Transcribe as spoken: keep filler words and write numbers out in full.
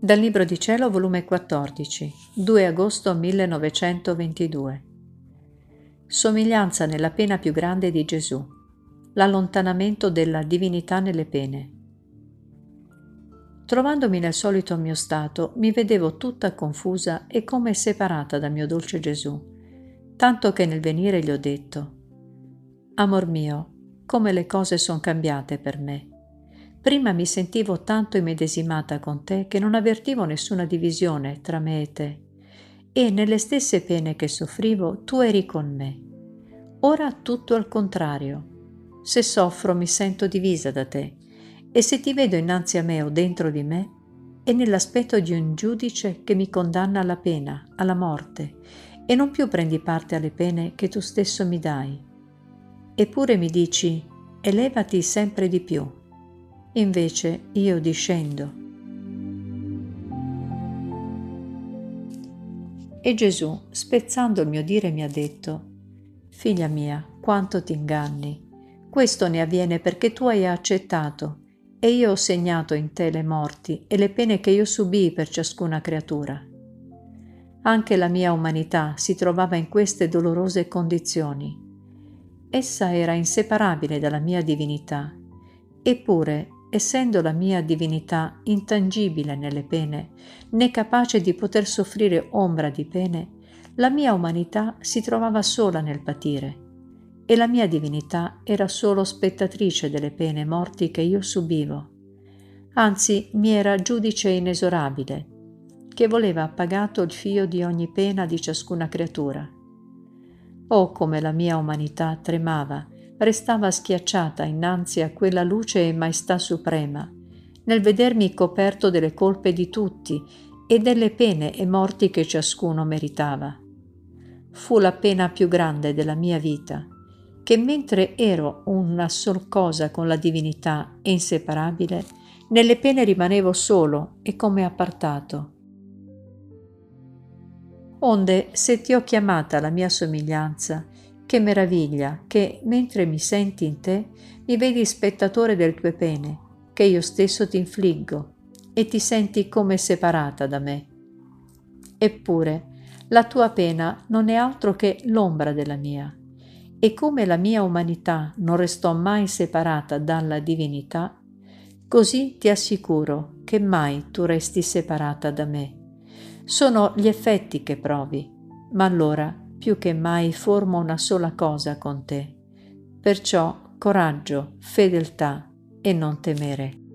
Dal Libro di Cielo, volume quattordici, due agosto millenovecentoventidue. Somiglianza nella pena più grande di Gesù. L'allontanamento della divinità nelle pene. Trovandomi nel solito mio stato, mi vedevo tutta confusa e come separata dal mio dolce Gesù, tanto che nel venire gli ho detto: Amor mio, come le cose son cambiate per me. Prima mi sentivo tanto immedesimata con te che non avvertivo nessuna divisione tra me e te, e nelle stesse pene che soffrivo tu eri con me. Ora tutto al contrario. Se soffro mi sento divisa da te, e se ti vedo innanzi a me o dentro di me, è nell'aspetto di un giudice che mi condanna alla pena, alla morte, e non più prendi parte alle pene che tu stesso mi dai. Eppure mi dici: elevati sempre di più. Invece io discendo. E Gesù, spezzando il mio dire, mi ha detto: Figlia mia, quanto ti inganni. Questo ne avviene perché tu hai accettato, e io ho segnato in te le morti e le pene che io subii per ciascuna creatura. Anche la mia umanità si trovava in queste dolorose condizioni. Essa era inseparabile dalla mia divinità, eppure, essendo la mia divinità intangibile nelle pene, né capace di poter soffrire ombra di pene, la mia umanità si trovava sola nel patire, e la mia divinità era solo spettatrice delle pene e morti che io subivo. Anzi, mi era giudice inesorabile, che voleva appagato il fio di ogni pena di ciascuna creatura. Oh, come la mia umanità tremava, restava schiacciata innanzi a quella luce e maestà suprema, nel vedermi coperto delle colpe di tutti e delle pene e morti che ciascuno meritava. Fu la pena più grande della mia vita, che mentre ero una sol cosa con la divinità e inseparabile, nelle pene rimanevo solo e come appartato. Onde, se ti ho chiamata alla mia somiglianza, che meraviglia che, mentre mi senti in te, mi vedi spettatore delle tue pene, che io stesso ti infliggo, e ti senti come separata da me. Eppure, la tua pena non è altro che l'ombra della mia, e come la mia umanità non restò mai separata dalla divinità, così ti assicuro che mai tu resti separata da me. Sono gli effetti che provi, ma allora più che mai formo una sola cosa con te. Perciò coraggio, fedeltà e non temere.